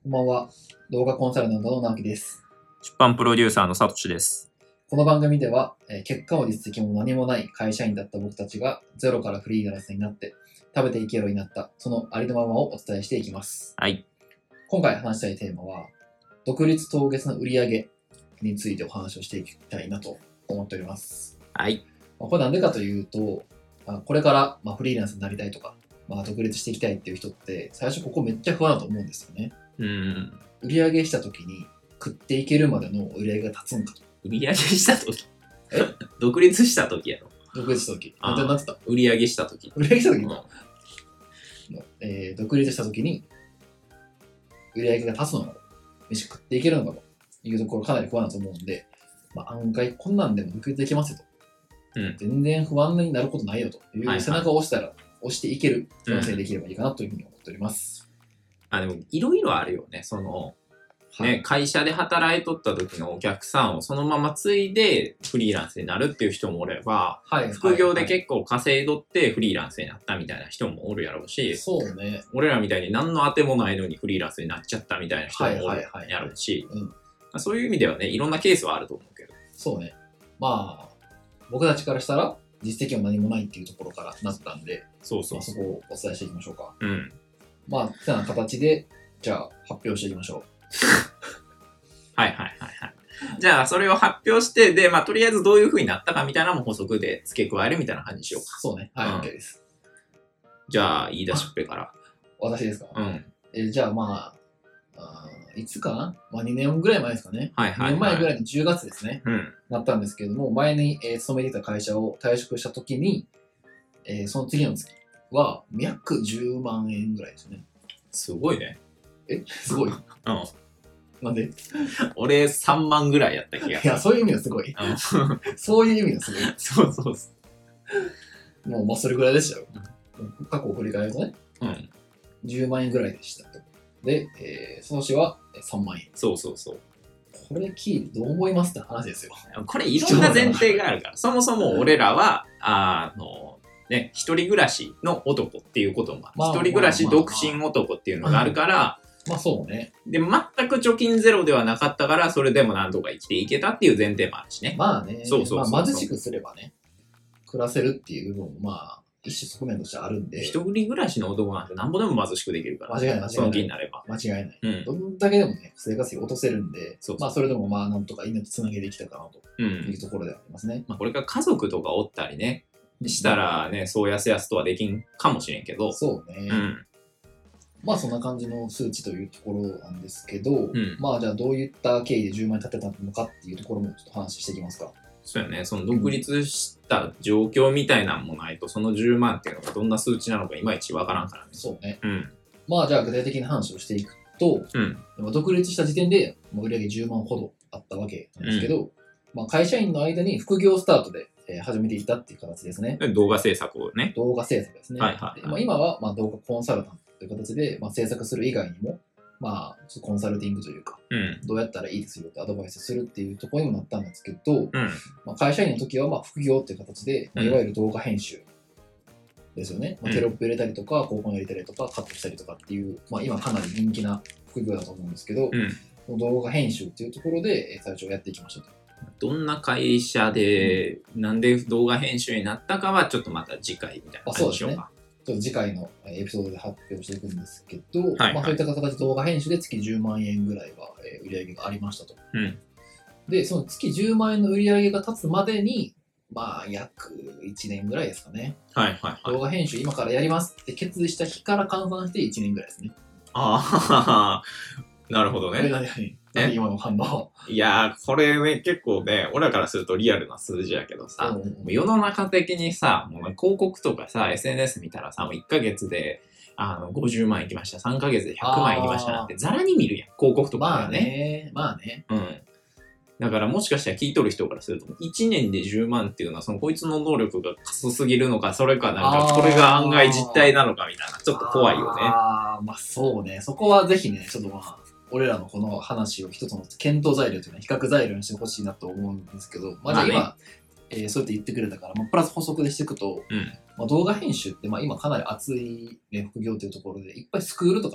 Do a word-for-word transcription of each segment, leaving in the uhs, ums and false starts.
こんばんは。動画コンサルタントの直樹です。 出版プロデューサーのサトシです。 この番組では、えー結果も実績も何もない会社員だった僕たちがゼロからフリーランスになって食べていけるようになったそのありのままをお伝えしていきます。 はい。 今回話したいテーマは、独立当月の売上についてお話をしていきたいなと思っております。 はい。 まあこれなんでかというと、まあこれからまあフリーランスになりたいとか、まあ、独立していきたいっていう人って最初ここめっちゃ不安だと思うんですよね。 うん。 売上した時に食っていけるまでの売上が立つんかと。 売り上げした時え独立した時やろ。 独立した時。 あーなんてなってた売り上げした時。 売上した時うんの、えー独立した時に売上が立つのかと。飯食っていけるのかというところかなり不安だと思うんで、まあ、案外こんなんでも独立できますよと。 うん全然不安になることないよといはいはいう背中を押したら、押していける可能性できればいいかなというふうに思っております。 あ、でも、いろいろあるよね。その、ね、会社で働いとった時のお客さんをそのまま継いでフリーランスになるっていう人もおれば、 はいはい副業で結構稼いどってフリーランスになったみたいな人もおるやろうし、 そうね。 俺らみたいに何の当てもないのにフリーランスになっちゃったみたいな人もおるはいはいはいやろうし、 うん、 そういう意味ではね、いろんなケースはあると思うけど。 そうね。まあ、僕たちからしたら実績も何もないっていうところからなったんで、 そうそうそう。 まあそこをお伝えしていきましょうか。 うん。 まあ、ってな形で、じゃあ発表していきましょう。 はいはいはいはい。じゃあ、それを発表して、で、まあ、とりあえずどういう風になったかみたいなのも補足で付け加えるみたいな感じにしようか。 そうね。はい、 うん OK です。 じゃあ、言い出しっぺから。 私ですか、 うん。 えーじゃあまあ、あーいつかなまあにねんぐらい前ですかね。 はいはい、はい。 にねんまえぐらいのじゅうがつですね。 うん。 なったんですけれども、前に、えー勤めていた会社を退職したときに、えーその次の月は約じゅうまんえんぐらいですね。 すごいね。 えすごい。 うん。 なんで俺さんまんぐらいやった気がする。 いや、そういう意味ですごい。 うんそういう意味ですごい。 そうそうそもう、まあ、それぐらいでしたよ。過去を振り返るとね、 う。うん。 じゅうまんえんぐらいでしたと。で、えーその年はさんまんえん。 そうそうそう。 これ聞いてどう思いますって話ですよ。 これいろんな前提があるから。そもそも俺らは、あの、ね、一人暮らしの男っていうこともある。 まあ一人暮らしまあまあ独身男っていうのがあるから、 まあそうね。 で、全く貯金ゼロではなかったから、それでもなんとか生きていけたっていう前提もあるしね。 まあね、 そうそうそうそうまあ、貧しくすればね、暮らせるっていう部分もまあ、一種側面としてあるんで、 一人暮らしの男なんてなんぼでも貧しくできるから、 間違いない間違いないその気になれば。 間違いない。 うん。 どんだけでもね、生活費落とせるんで、 そうそうまあそれでもまあなんとか命つなげてきたかなとう。 いうんところではありますね。 まあ、これから家族とかおったりね、したらね、そうやすやすとはできんかもしれんけど、 そうね。 うん。 まあそんな感じの数値というところなんですけど、 んまあじゃあどういった経緯でじゅうまん円立てたのかっていうところもちょっと話していきますか。 そうやね、その独立した状況みたいなんもないと、そのじゅうまんっていうのがどんな数値なのかいまいちわからんからね。 そうね。 うん。 まあじゃあ具体的な話をしていくと、 うん。 まあ独立した時点でもう売上じゅうまんほどあったわけなんですけど、まあ、会社員の間に副業スタートで、えー始めていったっていう形ですね。 で動画制作をね。 動画制作ですね。 はいはいはいでまあ、今はまあ動画コンサルタントという形で、まあ、制作する以外にも、まあ、ちょっとコンサルティングというか、 うん。 どうやったらいいですよってアドバイスするっていうところにもなったんですけど、 うん。 まあ、会社員の時はまあ副業っていう形で、まあうんいわゆる動画編集ですよね。まあ、 うんテロップ入れたりとか、広告入れたりとか、カットしたりとかっていう、まあ、今かなり人気な副業だと思うんですけど、 うん。 動画編集っていうところでえー最初やっていきましたと。 どんな会社で、なんで動画編集になったかは、ちょっとまた次回みたいな感じにしようか。 ちょっと次回のえーエピソードで発表していくんですけど、 はいはいまあ、そういった形で動画編集で月じゅうまんえんぐらいはえー売り上げがありましたと。 うん。 で、その月じゅうまんえんの売り上げが立つまでに、まあ、約いちねんぐらいですかね。 はいはいはい。 動画編集今からやりますって決意した日から換算していちねんぐらいですね。 ああ、なるほどえ、 ね。 何何何今の反応。 いやー、これね、結構ね、俺らからするとリアルな数字やけどさ、 うんもう世の中的にさ、もうね広告とかさ、エスエヌエス 見たらさ、もういっかげつであのごじゅうまんいきました、さんかげつでひゃくまんいきましたなんて、ざらに見るやん、広告とかまあだよね。 ね、まあね。 うん。だからもしかしたら聞いとる人からすると、いちねんでじゅうまんっていうのは、そのこいつの能力が過疎すぎるのか、それかなんか、 あーこれが案外実態なのかみたいな、ちょっと怖いよね。 ああ、まあそうね。そこはぜひね、ちょっとまあ、俺らのこの話を一つの検討材料というか、比較材料にしてほしいなと思うんですけど、まあじゃあ今、 まあえーそうやって言ってくれたから、まあ、プラス補足でしていくと、 うん。 まあ、動画編集って、まあ、今かなり熱い、ね、副業というところで、いっぱいスクールとかね、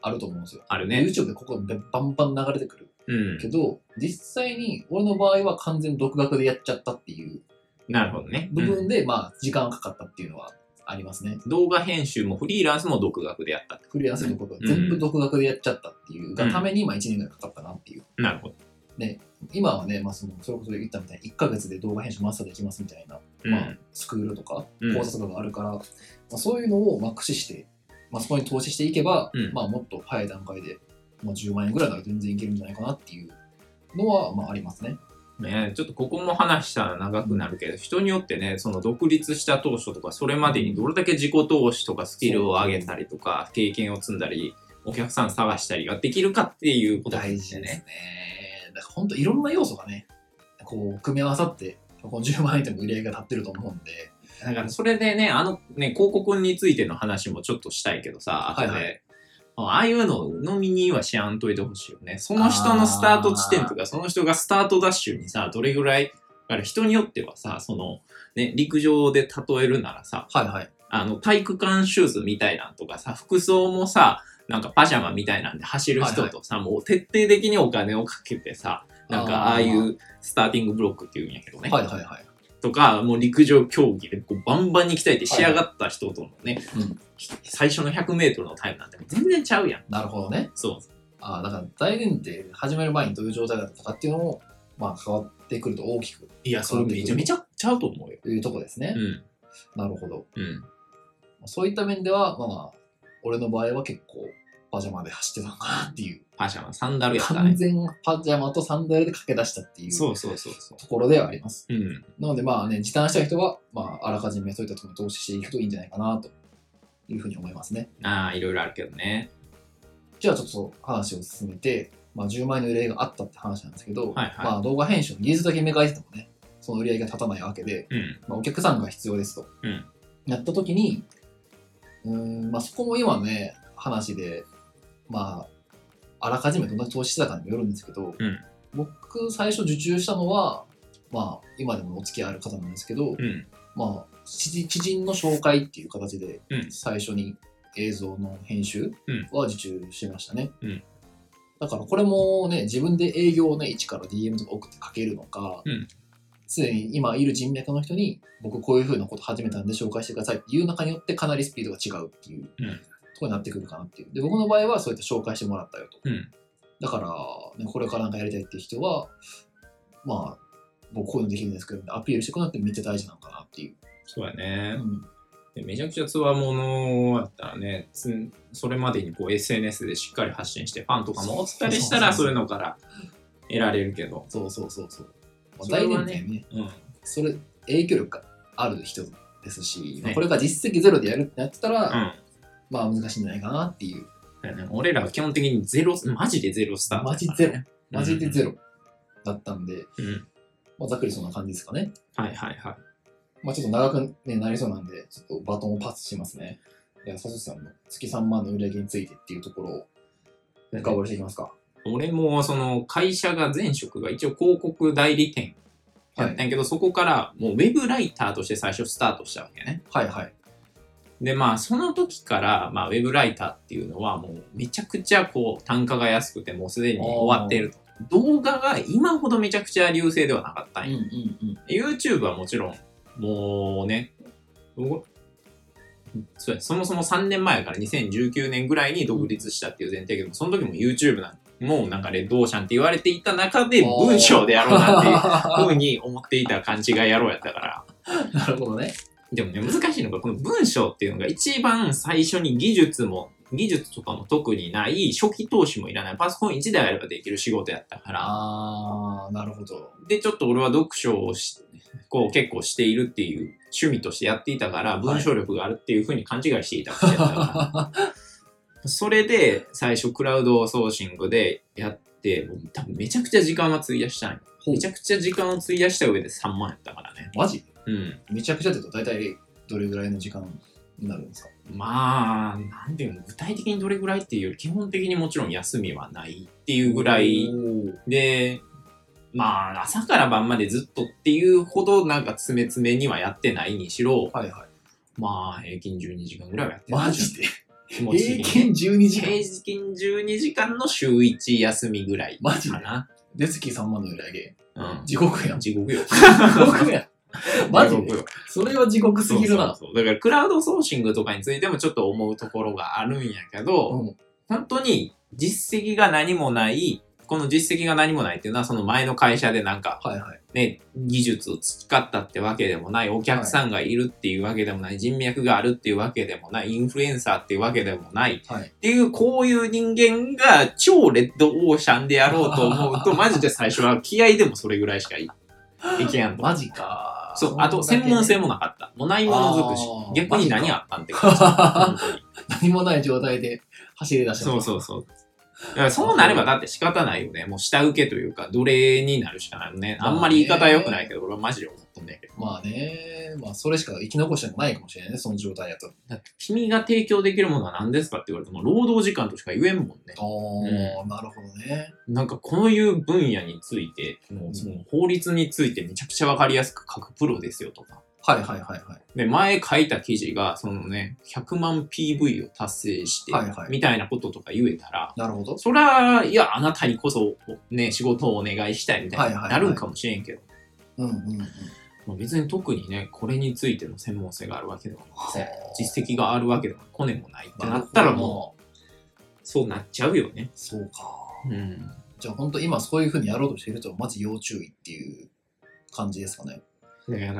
あると思うんですよ。 あるね。 YouTube でここバンバン流れてくる。 うん。 けど、実際に俺の場合は完全独学でやっちゃったっていうなるほどね。 部分で、 うん、 まあ、時間がかかったっていうのはありますね。 動画編集もフリーランスも独学でやったって。 フリーランスのこと全部独学でやっちゃったっていうがために、まあいちねんぐらいかかったなっていう。 なるほど。 で、今はね、まあ、そのそれこそ言ったみたいにいっかげつで動画編集マスターできますみたいな、まあ、スクールとかうん講座とかがあるから、まあ、そういうのをまあ駆使して、まあ、そこに投資していけば、 うんまあ、もっと早い段階で、まあ、じゅうまんえんぐらいなら全然いけるんじゃないかなっていうのは、まあ、ありますね。 ね、ちょっとここも話したら長くなるけど、人によってね、その独立した当初とか、それまでにどれだけ自己投資とかスキルを上げたりとか、経験を積んだり、お客さん探したりができるかっていうこと大事ですね。だから本当いろんな要素がね、こう組み合わさって、このじゅうまんえんでも売り上げが立ってると思うんで。 だからそれでね、あのね、広告についての話もちょっとしたいけどさ、後で、はいはい、ああいうの飲みにはしやんといてほしいよね。その人のスタート地点とか、その人がスタートダッシュにさ、どれぐらい、だから人によってはさ、その、ね、陸上で例えるならさ、 はいはい、 あの、体育館シューズみたいなんとかさ、服装もさ、なんかパジャマみたいなんで走る人とさ、はいはい、もう徹底的にお金をかけてさ、なんかああいうスターティングブロックっていうんやけどね。 はいはいはい。 とか、もう陸上競技でこうバンバンに鍛えて仕上がった人とのね、 はいはい、うん、 最初のひゃくメートルのタイムなんて全然ちゃうやん。 なるほどね。 そう。 ああ、だから大前提、始める前にどういう状態だったかっていうのも、まあ変わってくると大きく。 いや、それめちゃめちゃちゃうと思うよ。 というとこですね。 うん。 なるほど。 うん。 そういった面では、まあ、俺の場合は結構、パジャマで走ってたのかなっていう。 パジャマ、サンダルやったね。 完全パジャマとサンダルで駆け出したっていうそうそうそうそうところではあります。 うん、 なのでまあね、時短したい人は、まあ、あらかじめそういったところに投資していくといいんじゃないかなというふうに思いますね。 ああ、いろいろあるけどね。 じゃあちょっと話を進めて、まあ、じゅうまんえんの売り上げがあったって話なんですけど、 はいはい、 まあ、動画編集の技術だけ磨いててもね、その売り上げが立たないわけで、 うんまあ、お客さんが必要ですと。 うん、 やったときに、うーん、まあ、そこも今ね、話で、まあ、あらかじめどんな投資してたかにもよるんですけど、 うん、 僕、最初受注したのは、まあ、今でもお付き合いある方なんですけど、 うん、 まあ、知人の紹介っていう形で、 うん、 最初に映像の編集は受注しましたね。 うん、 だからこれもね、自分で営業をね、一から ディーエム とか送ってかけるのか、すで、うん、に今いる人脈の人に、僕こういう風なこと始めたんで紹介してくださいっていう中によってかなりスピードが違うっていう。うんとこになってくるかなっていう。で、僕の場合はそういった紹介してもらったよと。 うん、 だから、ね、これからなんかやりたいっていう人は、まあ、僕こういうのできるんですけど、アピールしてくなってめっちゃ大事なのかなっていう。 そうやね。 うん、 でめちゃくちゃつわものやったらね、つそれまでにこう エスエヌエス でしっかり発信して、ファンとかもおったりしたらそういうのから得られるけど。 そうそうそうそう。まあ、大前提ね、うん、それ、影響力がある人ですし、ね、まあ、これが実績ゼロでやるってなってたら、うんまあ難しいんじゃないかなっていう。 俺らは基本的にゼロ、マジでゼロスタート、 ね。マジゼロ。マジでゼロだったんで、 うんまあ、ざっくりそんな感じですかね。 はいはいはい。 まあちょっと長く、ね、なりそうなんで、ちょっとバトンをパスしますね。じゃあ、佐々木さんの月さんまんの売り上げについてっていうところを深掘りしていきますか。 俺もその会社が前職が一応広告代理店やったんやけど、はい、そこからもうウェブライターとして最初スタートしたわけね。 はいはい。 でまあその時から、まあ、ウェブライターっていうのはもうめちゃくちゃこう単価が安くてもうすでに終わっていると。動画が今ほどめちゃくちゃ流星ではなかったんよ、うんうんうん、YouTube はもちろんもうねそうそもそもさんねんまえからにせんじゅうきゅうねんぐらいに独立したっていう前提けど、その時も YouTube なんもうなんかレッドオーシャンって言われていた中で文章でやろうなっていうふうに思っていた勘違い野郎やったからなるほどね。 でもね、難しいのが、この文章っていうのが一番最初に技術も、技術とかも特にない、初期投資もいらない、パソコンいちだいあればできる仕事やったから。 あー、なるほど。 で、ちょっと俺は読書をしこう結構しているっていう趣味としてやっていたから、文章力があるっていうふうに勘違いしていたわけやったから。それで、最初クラウドソーシングでやって、多分めちゃくちゃ時間は費やしたんよ。めちゃくちゃ時間を費やした上でさんまんやったからね。 マジうん、 めちゃくちゃって言うと大体どれぐらいの時間になるんですか？ まあ、なんていうの、具体的にどれぐらいっていうより、基本的にもちろん休みはないっていうぐらいで、まあ、朝から晩までずっとっていうほどなんか詰め詰めにはやってないにしろ、 はいはい、 まあ、平均じゅうにじかんぐらいはやってる。 マジで気持ち的に、ね。 平均じゅうにじかん。 平均じゅうにじかんの週いち休みぐらいかな。 マジでで月さんまんの売り上げ。 うん。 地獄やん。 地獄よ。 地獄やん。マジで地獄よ。 それは地獄すぎるな。 そうそうそう。だからクラウドソーシングとかについてもちょっと思うところがあるんやけど、うん、本当に実績が何もない、この実績が何もないっていうのはその前の会社でなんか、はいはい、ね、技術を培ったってわけでもない、お客さんがいるっていうわけでもない、はい、人脈があるっていうわけでもない、インフルエンサーっていうわけでもない、はい、っていう、こういう人間が超レッドオーシャンでやろうと思うと、マジで最初は気合でもそれぐらいしかいけやんと。 マジか。 そう、あと専門性もなかった。もうないものづくし、逆に何あったんって感じ。本当に何もない状態で走り出した。 そうそうそう。だからそうなればだって仕方ないよね。もう下請けというか奴隷になるしかないよね。あんまり言い方は良くないけど、俺はマジで思ってんだけど。 まあね、まあそれしか生き残してないかもしれないね、その状態だと。 だって君が提供できるものは何ですかって言われても、労働時間としか言えんもんね。 ああ、うん、なるほどね。 なんかこういう分野について、もうその法律についてめちゃくちゃわかりやすく書くプロですよとか。 はいはいはいはい。 で、前書いた記事が、そのね、ひゃくまん ピーブイ を達成して、はいはい、みたいなこととか言えたら、 なるほど。 そら、いや、あなたにこそ、ね、仕事をお願いしたいみたいになるんかもしれんけど。 うんうんうん。 まあ、別に特にね、これについての専門性があるわけでもない。実績があるわけでもコネもないってなったらもう、そうなっちゃうよね。 そうか。 うん。 じゃあ本当今そういう風にやろうとしている人は、まず要注意っていう感じですかね。 だから、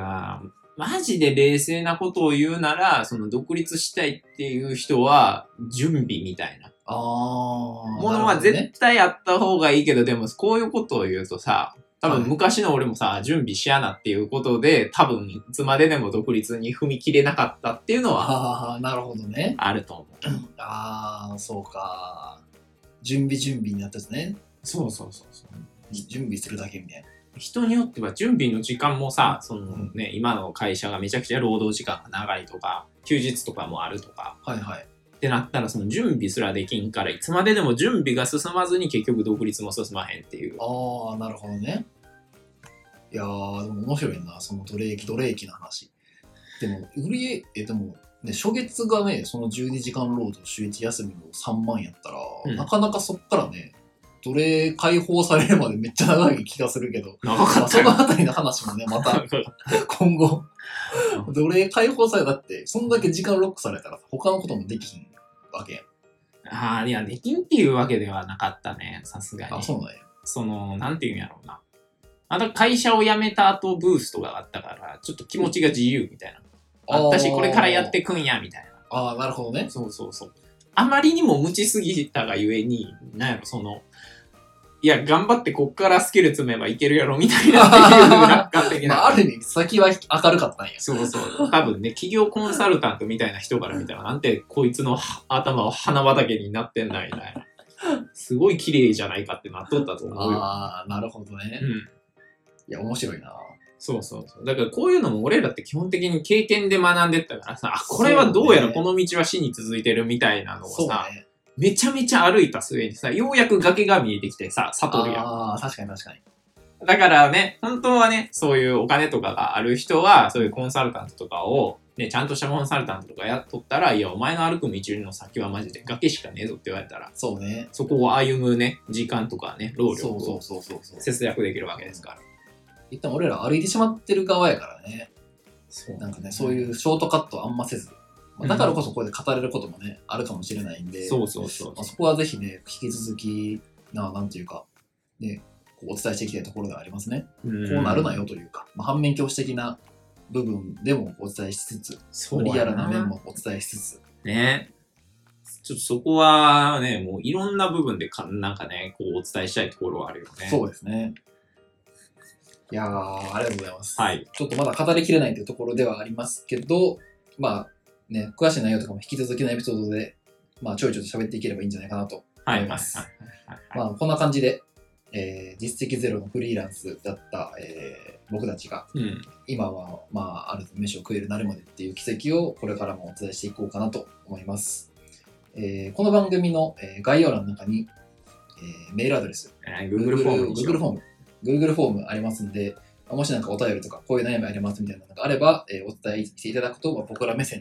マジで冷静なことを言うなら、その独立したいっていう人は、準備みたいな。 あものは絶対あった方がいいけど、ね、でもこういうことを言うとさ、多分昔の俺もさ、はい、準備しやなっていうことで、多分いつまででも独立に踏み切れなかったっていうのは、 ああ、なるほどね。 あると思う。 ああ、そうか。準備準備になったんですね。 そうそうそうそう。 準備するだけみたいな。 人によっては準備の時間もさ、そのね、うん、今の会社がめちゃくちゃ労働時間が長いとか、休日とかもあるとか、 はいはい。 ってなったらその準備すらできんから、いつまででも準備が進まずに結局独立も進まへんっていう。 ああ、なるほどね。いやー、でも面白いな、その奴隷機、奴隷機の話。でも、売りえ、え、でも、ね、初月がね、そのじゅうにじかん労働、週いち休みのさんまんやったら、うん、なかなかそっからね、奴隷解放されるまでめっちゃ長い気がするけど、 長かった、 まあ、そのあたりの話もね、また今後、奴隷解放されたって、そんだけ時間ロックされたら他のこともできひんわけやん。 ああ、いや、できんっていうわけではなかったね、さすがに。 あ、そうなんや。 その、なんていうんやろうな。あと会社を辞めた後ブーストがあったから、ちょっと気持ちが自由みたいな。あったし、これからやってくんや、みたいな。 ああ、なるほどね。 そうそうそう。あまりにも無知すぎたがゆえに、なんやろ、その、いや、頑張ってこっからスキル積めばいけるやろ、みたいなっていう楽観的な。 まあ、ある意味、先は明るかったんや。 そうそう。多分ね、企業コンサルタントみたいな人から見たら、なんてこいつの頭を花畑になってんだ、みたいな。すごい綺麗じゃないかってなっとったと思うよ。 ああ、なるほどね。 うん。 いや、面白いな。 そうそうそう。だからこういうのも俺らって基本的に経験で学んでったからさ、あ、これはどうやらこの道は死に続いてるみたいなのをさ、ね、めちゃめちゃ歩いた末にさ、ようやく崖が見えてきてさ、悟るやん。 ああ、確かに確かに。 だからね、本当はね、そういうお金とかがある人は、そういうコンサルタントとかを、ね、ちゃんとしたコンサルタントとかやっとったら、いや、お前の歩く道の先はマジで崖しかねえぞって言われたら、 そうね。 そこを歩むね、時間とかね、労力をそうそうそうそう節約できるわけですから。 一旦俺ら歩いてしまってる側やからね。そうなんかね、そういうショートカットはあんませず、まあ、だからこそここで語れることもね、うん、あるかもしれないんで、 そうそうそう。 まあ、そこはぜひね、引き続き、な、なんていうか、ね、こうお伝えしていきたいところではありますね。うん、こうなるなよというか、まあ、反面教師的な部分でもお伝えしつつ、リアルな面もお伝えしつつ。 ね。ちょっとそこはね、もういろんな部分でかなんかね、こうお伝えしたいところはあるよね。 そうですね。いやー、ありがとうございます。 はい。 ちょっとまだ語りきれないというところではありますけど、まあね、詳しい内容とかも引き続きのエピソードで、まあちょいちょいと喋っていければいいんじゃないかなと思います。はい。まあこんな感じで、えー、実績ゼロのフリーランスだった、えー、僕たちが、うん、今はまあある程度飯を食えるようになるまでっていう奇跡をこれからもお伝えしていこうかなと思います。えー、この番組の、えー、概要欄の中に、えー、メールアドレス、 えー、Google フォーム Google フォームGoogle フォームありますんで、もしなんかお便りとかこういう悩みありますみたいなのがあれば、えー、お伝えしていただくと、まあ、僕ら目線で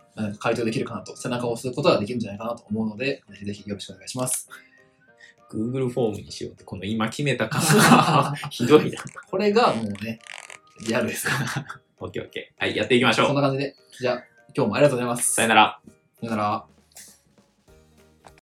なんか回答できるかなと、背中を押すことができるんじゃないかなと思うので、ぜひぜひよろしくお願いします。 Google フォームにしようって、この今決めた感がひどいな。 これがもうね、リアルです。 オッケーオッケー。はい、やっていきましょう。 そんな感じで、じゃあ今日もありがとうございます。 さよなら。 さよなら。